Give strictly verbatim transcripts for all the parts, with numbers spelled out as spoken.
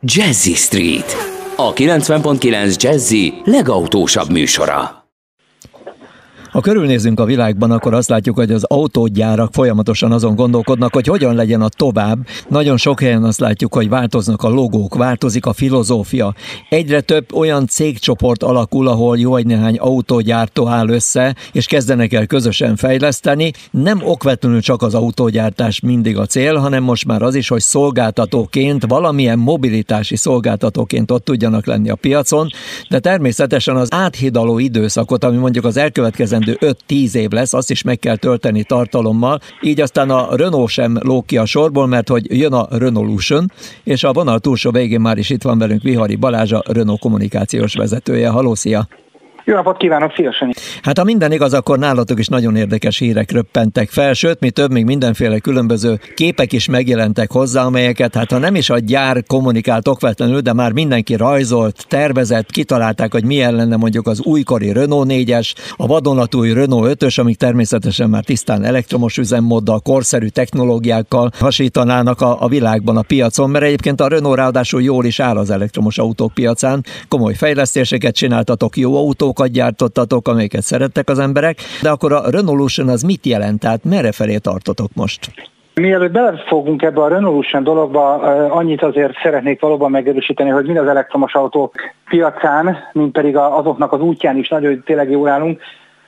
Jazzy Street, a kilencven pont kilenc Jazzy legautósabb műsora. Ha körülnézünk a világban, akkor azt látjuk, hogy az autógyárak folyamatosan azon gondolkodnak, hogy hogyan legyen a tovább. Nagyon sok helyen azt látjuk, hogy változnak a logók, változik a filozófia. Egyre több olyan cégcsoport alakul, ahol jó egy néhány autógyártó áll össze, és kezdenek el közösen fejleszteni. Nem okvetlenül csak az autógyártás mindig a cél, hanem most már az is, hogy szolgáltatóként, valamilyen mobilitási szolgáltatóként ott tudjanak lenni a piacon, de természetesen az áthidaló időszakot, ami mondjuk az elkövetkezendő öt-tíz év lesz, azt is meg kell tölteni tartalommal, így aztán a Renault sem lóg ki a sorból, mert hogy jön a Renaulution, és a vonal túlsó végén már is itt van velünk Vihari Balázs, a Renault kommunikációs vezetője. Halló, szia! Jó napot kívánok, szia Sanyi! Hát ha minden igaz, akkor nálatok is nagyon érdekes hírek röppentek fel, sőt, mi több, még mindenféle különböző képek is megjelentek hozzá, amelyeket hát ha nem is a gyár kommunikált okvetlenül, de már mindenki rajzolt, tervezett, kitalálták, hogy milyen lenne mondjuk az újkori Renault négyes, a vadonatúj Renault ötös, amik természetesen már tisztán elektromos üzemmóddal, korszerű technológiákkal hasítanának a, a világban, a piacon, mert egyébként a Renault ráadásul jól is áll az elektromos autók piacán, komoly fejlesztéseket csináltatok, jó autók gyártottatok, amelyeket szerettek az emberek, de akkor a Renaulution az mit jelent? Tehát merre felé tartotok most? Mielőtt belefogunk ebbe a Renaulution dologba, annyit azért szeretnék valóban megerősíteni, hogy mind az elektromos autó piacán, mind pedig azoknak az útján is nagyon tényleg jól állunk.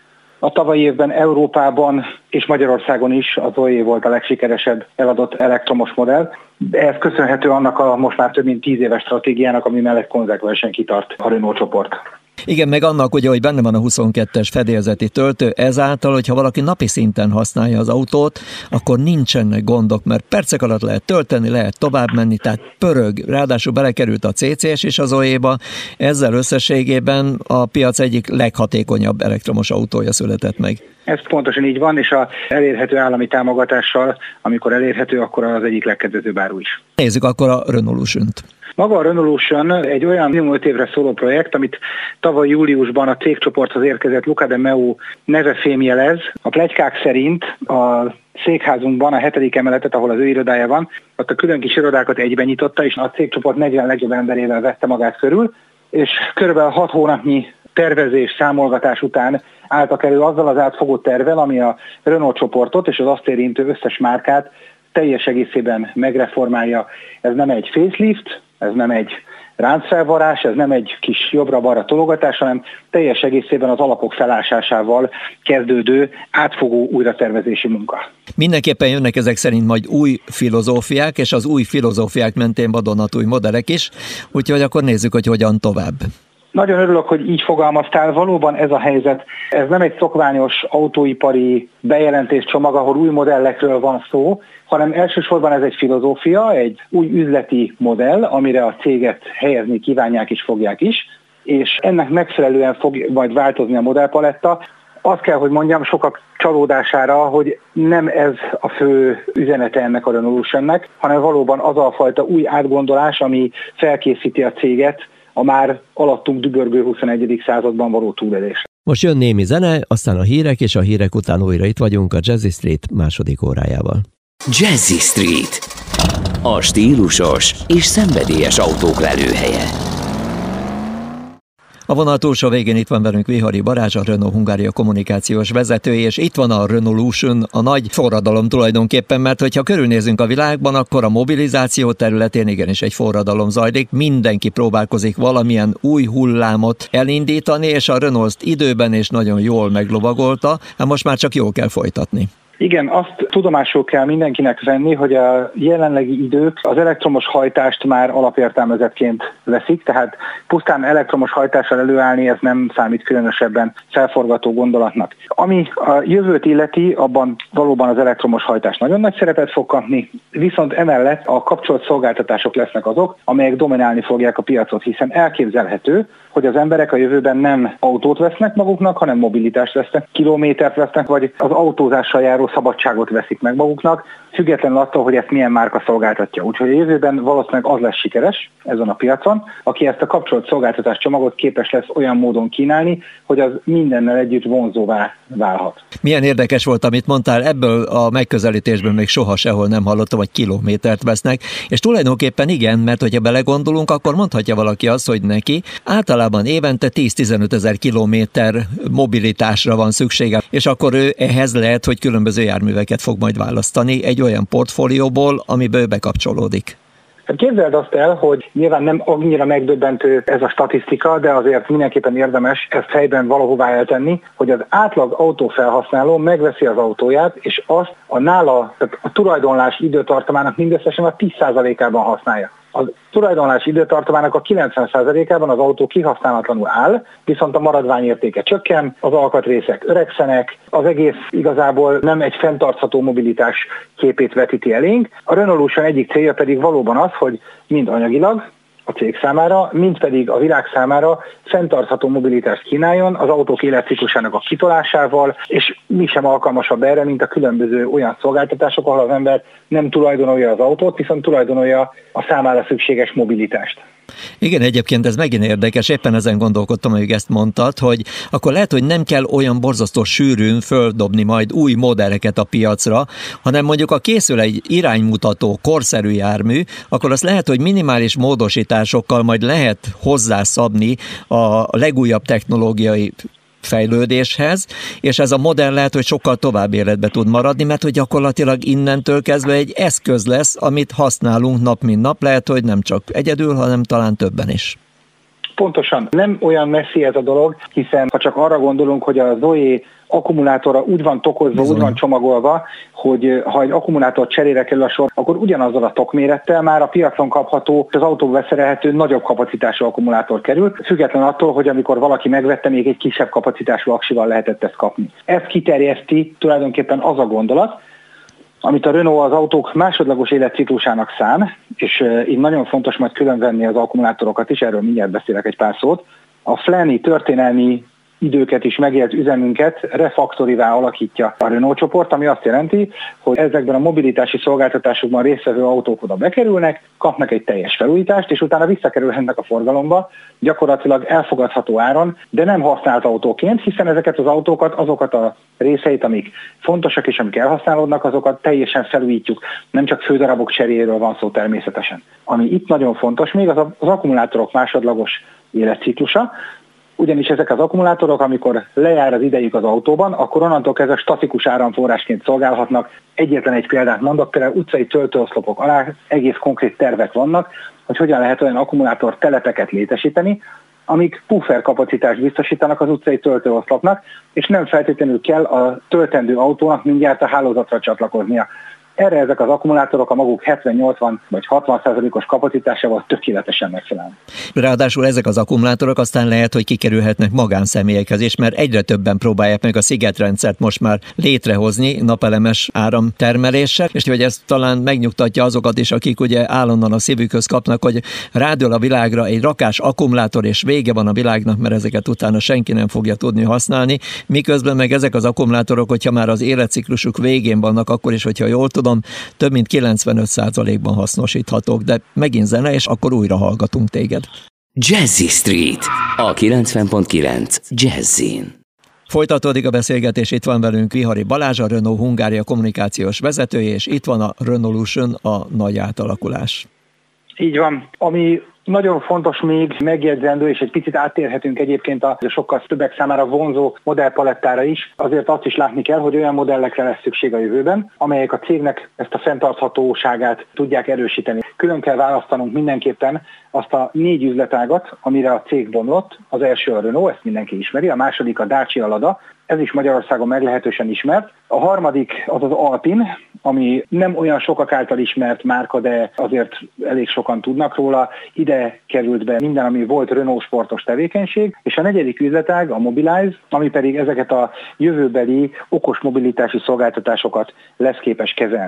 A tavalyi évben Európában és Magyarországon is az Zoe volt a legsikeresebb eladott elektromos modell. Ez köszönhető annak a most már több mint tíz éves stratégiának, ami mellett konzekvensen kitart a Renault csoport. Igen, meg annak ugye, hogy benne van a huszonkettes fedélzeti töltő, ezáltal, hogyha valaki napi szinten használja az autót, akkor nincsenek gondok, mert percek alatt lehet tölteni, lehet tovább menni, tehát pörög, ráadásul belekerült a cé cé es is az Zoe-ba, ezzel összességében a piac egyik leghatékonyabb elektromos autója született meg. Ez pontosan így van, és az elérhető állami támogatással, amikor elérhető, akkor az egyik legkedvezőbb áru is. Nézzük akkor a Renaulution-t. Maga a Renaulution egy olyan minimum öt évre szóló projekt, amit tavaly júliusban a cégcsoporthoz érkezett Luca de Meo neve fémjelez. A pletykák szerint a székházunkban, a hetedik emeletet, ahol az ő irodája van, ott a külön kis irodákat egyben nyitotta, és a cégcsoport negyven legjobb emberével vette magát körül, és körülbelül hat hónapnyi tervezés, számolgatás után álltak elő azzal az átfogó tervvel, ami a Renault csoportot és az azt érintő összes márkát teljes egészében megreformálja. Ez nem egy facelift, ez nem egy ráncfelvarrás, ez nem egy kis jobbra-balra tologatás, hanem teljes egészében az alapok felásásával kezdődő átfogó újratervezési munka. Mindenképpen jönnek ezek szerint majd új filozófiák, és az új filozófiák mentén vadonatúj modellek is, úgyhogy akkor nézzük, hogy hogyan tovább. Nagyon örülök, hogy így fogalmaztál, valóban ez a helyzet, ez nem egy szokványos autóipari bejelentéscsomag, ahol új modellekről van szó, hanem elsősorban ez egy filozófia, egy új üzleti modell, amire a céget helyezni kívánják és fogják is, és ennek megfelelően fog majd változni a modellpaletta. Azt kell, hogy mondjam, sokak csalódására, hogy nem ez a fő üzenete ennek a Renaulutionnek, hanem valóban az a fajta új átgondolás, ami felkészíti a céget a már alattunk dübörgő huszonegyedik században való túlélés. Most jön némi zene, aztán a hírek, és a hírek után újra itt vagyunk a Jazzy Street második órájával. Jazzy Street, a stílusos és szenvedélyes autók lelőhelye. A vonal túlsó végén itt van velünk Vihari Balázs, a Renault Hungária kommunikációs vezetője, és itt van a Renaulution, a nagy forradalom tulajdonképpen, mert hogyha körülnézünk a világban, akkor a mobilizáció területén igenis egy forradalom zajlik, mindenki próbálkozik valamilyen új hullámot elindítani, és a Renault időben és nagyon jól meglovagolta, hát most már csak jól kell folytatni. Igen, azt tudomásul kell mindenkinek venni, hogy a jelenlegi idők az elektromos hajtást már alapértelmezetként veszik, tehát pusztán elektromos hajtással előállni, ez nem számít különösebben felforgató gondolatnak. Ami a jövőt illeti, abban valóban az elektromos hajtás nagyon nagy szerepet fog kapni, viszont emellett a kapcsolt szolgáltatások lesznek azok, amelyek dominálni fogják a piacot, hiszen elképzelhető, hogy az emberek a jövőben nem autót vesznek maguknak, hanem mobilitást vesznek, kilométert vesznek, vagy az autózással járó használó szabadságot veszik meg maguknak, függetlenül attól, hogy ezt milyen márka szolgáltatja. Úgyhogy a jövőben valószínűleg az lesz sikeres ezen a piacon, aki ezt a kapcsolat szolgáltatás csomagot képes lesz olyan módon kínálni, hogy az mindennel együtt vonzóvá válhat. Milyen érdekes volt, amit mondtál, ebből a megközelítésből még soha sehol nem hallottam, hogy kilométert vesznek, és tulajdonképpen igen, mert hogyha belegondolunk, akkor mondhatja valaki azt, hogy neki általában évente tíz-tizenöt ezer kilométer mobilitásra van szüksége, és akkor ő ehhez lehet, hogy különböző járműveket fog majd választani egy olyan portfólióból, amiből bekapcsolódik. Képzeld azt el, hogy nyilván nem annyira megdöbbentő ez a statisztika, de azért mindenképpen érdemes ezt fejben valahová eltenni, hogy az átlag autófelhasználó megveszi az autóját, és azt a nála, tehát a tulajdonlás időtartamának mindösszesen a tíz százalékában használja. A tulajdonlás időtartamának a kilencven százalékában az autó kihasználatlanul áll, viszont a maradványértéke csökken, az alkatrészek öregszenek, az egész igazából nem egy fenntartható mobilitás képét vetíti elénk. A Renaulution egyik célja pedig valóban az, hogy mind anyagilag a cég számára, mind pedig a világ számára fenntartható mobilitást kínáljon az autók életciklusának a kitolásával, és mi sem alkalmasabb erre, mint a különböző olyan szolgáltatások, ahol az ember nem tulajdonolja az autót, viszont tulajdonolja a számára szükséges mobilitást. Igen, egyébként ez megint érdekes, éppen ezen gondolkodtam, hogy ezt mondtad, hogy akkor lehet, hogy nem kell olyan borzasztó sűrűn földobni majd új modelleket a piacra, hanem mondjuk a készül egy iránymutató, korszerű jármű, akkor azt lehet, hogy minimális módosításokkal majd lehet hozzászabni a legújabb technológiai fejlődéshez, és ez a modell lehet, hogy sokkal tovább életbe tud maradni, mert hogy gyakorlatilag innentől kezdve egy eszköz lesz, amit használunk nap mint nap, lehet, hogy nem csak egyedül, hanem talán többen is. Pontosan. Nem olyan messzi ez a dolog, hiszen ha csak arra gondolunk, hogy a Zoe akkumulátora úgy van tokozva, Bizony. úgy van csomagolva, hogy ha egy akkumulátor cserére kerül a sor, akkor ugyanazzal a tokmérettel már a piacon kapható, az autóba beszerelhető nagyobb kapacitású akkumulátor kerül, független attól, hogy amikor valaki megvette, még egy kisebb kapacitású aksival lehetett ezt kapni. Ezt kiterjeszti tulajdonképpen az a gondolat, amit a Renault az autók másodlagos életciklusának szán, és így nagyon fontos majd különvenni az akkumulátorokat is, erről mindjárt beszélek egy pár szót. A Flani történelmi időket is megélt üzemünket refaktorivá alakítja a Renault csoport, ami azt jelenti, hogy ezekben a mobilitási szolgáltatásokban résztvevő autók oda bekerülnek, kapnak egy teljes felújítást, és utána visszakerülhetnek a forgalomba, gyakorlatilag elfogadható áron, de nem használt autóként, hiszen ezeket az autókat, azokat a részeit, amik fontosak és amik elhasználódnak, azokat teljesen felújítjuk. Nem csak fődarabok cseréjéről van szó természetesen. Ami itt nagyon fontos még, az az akkumulátorok másodlagos életciklusa, ugyanis ezek az akkumulátorok, amikor lejár az idejük az autóban, akkor onnantól kezdve statikus áramforrásként szolgálhatnak. Egyetlen egy példát mondok, például utcai töltőoszlopok alá egész konkrét tervek vannak, hogy hogyan lehet olyan akkumulátor telepeket létesíteni, amik puffer kapacitást biztosítanak az utcai töltőoszlopnak, és nem feltétlenül kell a töltendő autónak mindjárt a hálózatra csatlakoznia. Erre ezek az akkumulátorok a maguk hetven-nyolcvan vagy hatvan százalékos kapacitásával tökéletesen megfelelnek. Ráadásul ezek az akkumulátorok aztán lehet, hogy kikerülhetnek magánszemélyekhez is, mert egyre többen próbálják meg a szigetrendszert most már létrehozni napelemes áramtermeléssel, és hogy ez talán megnyugtatja azokat is, akik ugye állandóan a szívükhöz kapnak, hogy rádől a világra egy rakás akkumulátor, és vége van a világnak, mert ezeket utána senki nem fogja tudni használni, miközben meg ezek az akkumulátorok, hogyha már az életciklusuk végén vannak, akkor is, hogyha jól tudom, több mint kilencvenöt százalékban hasznosíthatók, de megint zene, és akkor újra hallgatunk téged. Jazzy Street, a kilencven pont kilenc Jazzin. Folytatódik a beszélgetés, itt van velünk Vihari Balázs, a Renault Hungária kommunikációs vezetője, és itt van a Renaulution, a nagy átalakulás. Így van. Ami nagyon fontos még megjegyzendő, és egy picit áttérhetünk egyébként a sokkal többek számára vonzó modellpalettára is. Azért azt is látni kell, hogy olyan modellekre lesz szükség a jövőben, amelyek a cégnek ezt a fenntarthatóságát tudják erősíteni. Külön kell választanunk mindenképpen azt a négy üzletágat, amire a cég bomlott. Az első a Renault, ezt mindenki ismeri, a második a Dacia Lada, ez is Magyarországon meglehetősen ismert. A harmadik az az Alpine, ami nem olyan sokak által ismert márka, de azért elég sokan tudnak róla. Ide került be minden, ami volt Renault sportos tevékenység, és a negyedik üzletág a Mobilize, ami pedig ezeket a jövőbeli okos mobilitási szolgáltatásokat lesz képes kezelni.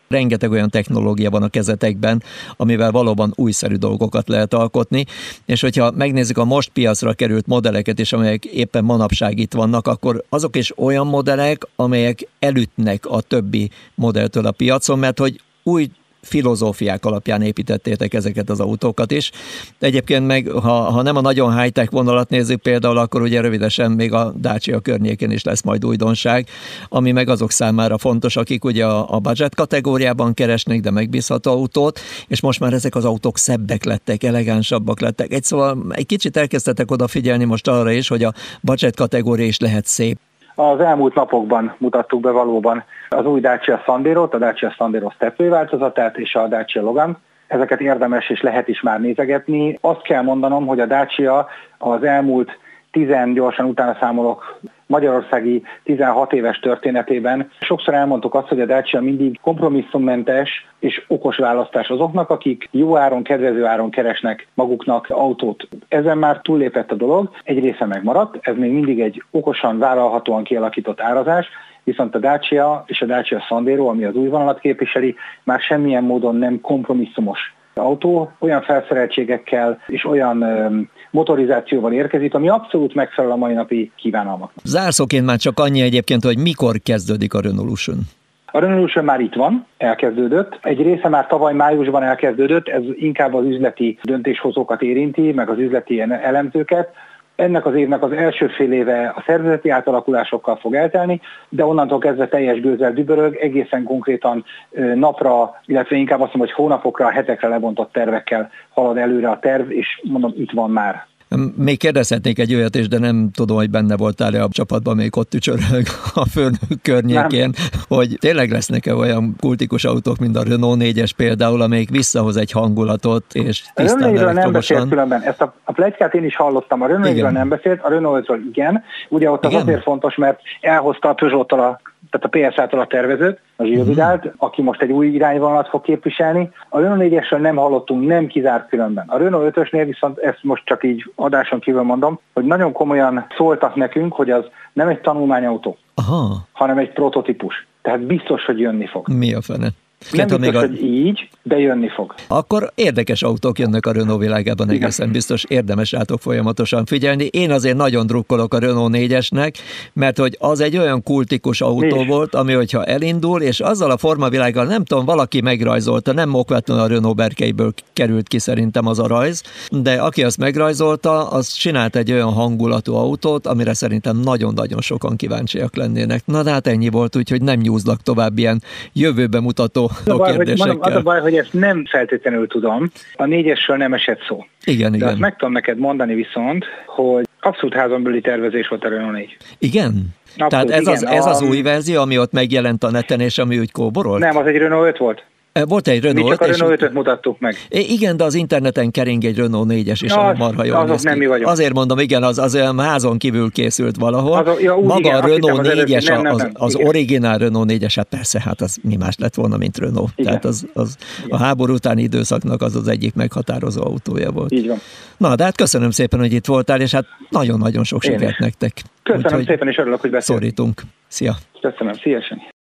rengeteg olyan technológia van a kezetekben, amivel valóban újszerű dolgokat lehet alkotni, és hogyha megnézzük a most piacra került modelleket is, amelyek éppen manapság itt vannak, akkor azok is olyan modellek, amelyek elütnek a többi modelltől a piacon, mert hogy új filozófiák alapján építettétek ezeket az autókat is. Egyébként meg, ha, ha nem a nagyon high-tech vonalat nézzük például, akkor ugye rövidesen még a Dacia környékén is lesz majd újdonság, ami meg azok számára fontos, akik ugye a, a budget kategóriában keresnek, de megbízható autót, és most már ezek az autók szebbek lettek, elegánsabbak lettek. Egy szóval egy kicsit elkezdtetek odafigyelni most arra is, hogy a budget kategória is lehet szép. Az elmúlt napokban mutattuk be valóban az új Dacia Sanderot, a Dacia Sandero Stepway változatát és a Dacia Logan. Ezeket érdemes és lehet is már nézegetni. Azt kell mondanom, hogy a Dacia az elmúlt tizen, gyorsan utána számolok, magyarországi tizenhat éves történetében sokszor elmondtuk azt, hogy a Dacia mindig kompromisszummentes és okos választás azoknak, akik jó áron, kedvező áron keresnek maguknak autót. Ezen már túllépett a dolog, egy része megmaradt, ez még mindig egy okosan, vállalhatóan kialakított árazás, viszont a Dacia és a Dacia Sandero, ami az új vonalat képviseli, már semmilyen módon nem kompromisszumos autó, olyan felszereltségekkel és olyan öm, motorizációval érkezik, ami abszolút megfelel a mai napi kívánalmaknak. Zárszóként már csak annyi egyébként, hogy mikor kezdődik a Renaulution? A Renaulution már itt van, elkezdődött. Egy része már tavaly májusban elkezdődött, ez inkább az üzleti döntéshozókat érinti, meg az üzleti elemzőket. Ennek az évnek az első fél éve a szervezeti átalakulásokkal fog eltelni, de onnantól kezdve teljes gőzzel dübörög, egészen konkrétan napra, illetve inkább azt mondom, hogy hónapokra, hetekre lebontott tervekkel halad előre a terv, és mondom, itt van már. Még kérdezhetnék egy olyat is, de nem tudom, hogy benne voltál-e a csapatban, még ott tücsörög a főnök környékén, nem. Hogy tényleg lesznek-e olyan kultikus autók, mint a Renault négyes például, amelyik visszahoz egy hangulatot, és tisztán elektromosan. Nem beszélt különben, ezt a, a pletykát én is hallottam, a Renault négyről nem beszélt, a Renault ötről igen, ugye ott az igen? Azért fontos, mert elhozta a Peugeot-tól a tehát a pé es á-tól a tervezőt, a Gilles Vidalte, uh-huh. aki most egy új irányvonalat fog képviselni. A Renault négyesről nem hallottunk, nem kizárt különben. A Renault ötösnél viszont ezt most csak így adáson kívül mondom, hogy nagyon komolyan szóltak nekünk, hogy az nem egy tanulmányautó, Aha. hanem egy prototípus. Tehát biztos, hogy jönni fog. Mi a fene? Nem biztos, még a... hogy így, de jönni fog. Akkor érdekes autók jönnek a Renault világában, igen. Egészen biztos, érdemes rátok folyamatosan figyelni. Én azért nagyon drukkolok a Renault négyesnek, mert hogy az egy olyan kultikus autó Négy. volt, ami hogyha elindul, és azzal a formavilággal, nem tudom, valaki megrajzolta, nem okvetlenül a Renault berkeiből került ki szerintem az a rajz, de aki azt megrajzolta, az csinált egy olyan hangulatú autót, amire szerintem nagyon-nagyon sokan kíváncsiak lennének. Na de hát ennyi volt, úgyhogy nem nyúzlak tovább ilyen jövőbe mutató Az a, baj, hogy, mondom, az a baj, hogy ezt nem feltétlenül tudom. A négyesről nem esett szó. Igen, De igen. azt meg tudom neked mondani viszont, hogy abszolút házonbeli tervezés volt a Renault négy. Igen? Abszolút, Tehát ez, igen. Az, ez az új verzió, ami ott megjelent a neten, és ami úgy kóborolt? Nem, az egy Renault öt volt. Volt egy Renault Mi csak a Renault ötöt mutattuk meg. Igen, de az interneten kering egy Renault négyes is, ami marha jól néz ki. Nem mi vagyunk. Azért mondom, igen, az, az olyan házon kívül készült valahol. Az, ja, úgy, Maga igen, a Renault az négyes, nem, nem, az, nem, az originál Renault négyes, hát persze, hát az mi más lett volna, mint Renault. Igen. Tehát az, az a háború utáni időszaknak az az egyik meghatározó autója volt. Így van. Na, de hát köszönöm szépen, hogy itt voltál, és hát nagyon-nagyon sok sikert nektek. Köszönöm Úgyhogy szépen, és örülök, hogy beszélünk. Szorítunk. Szia! Köszönöm, szívesen.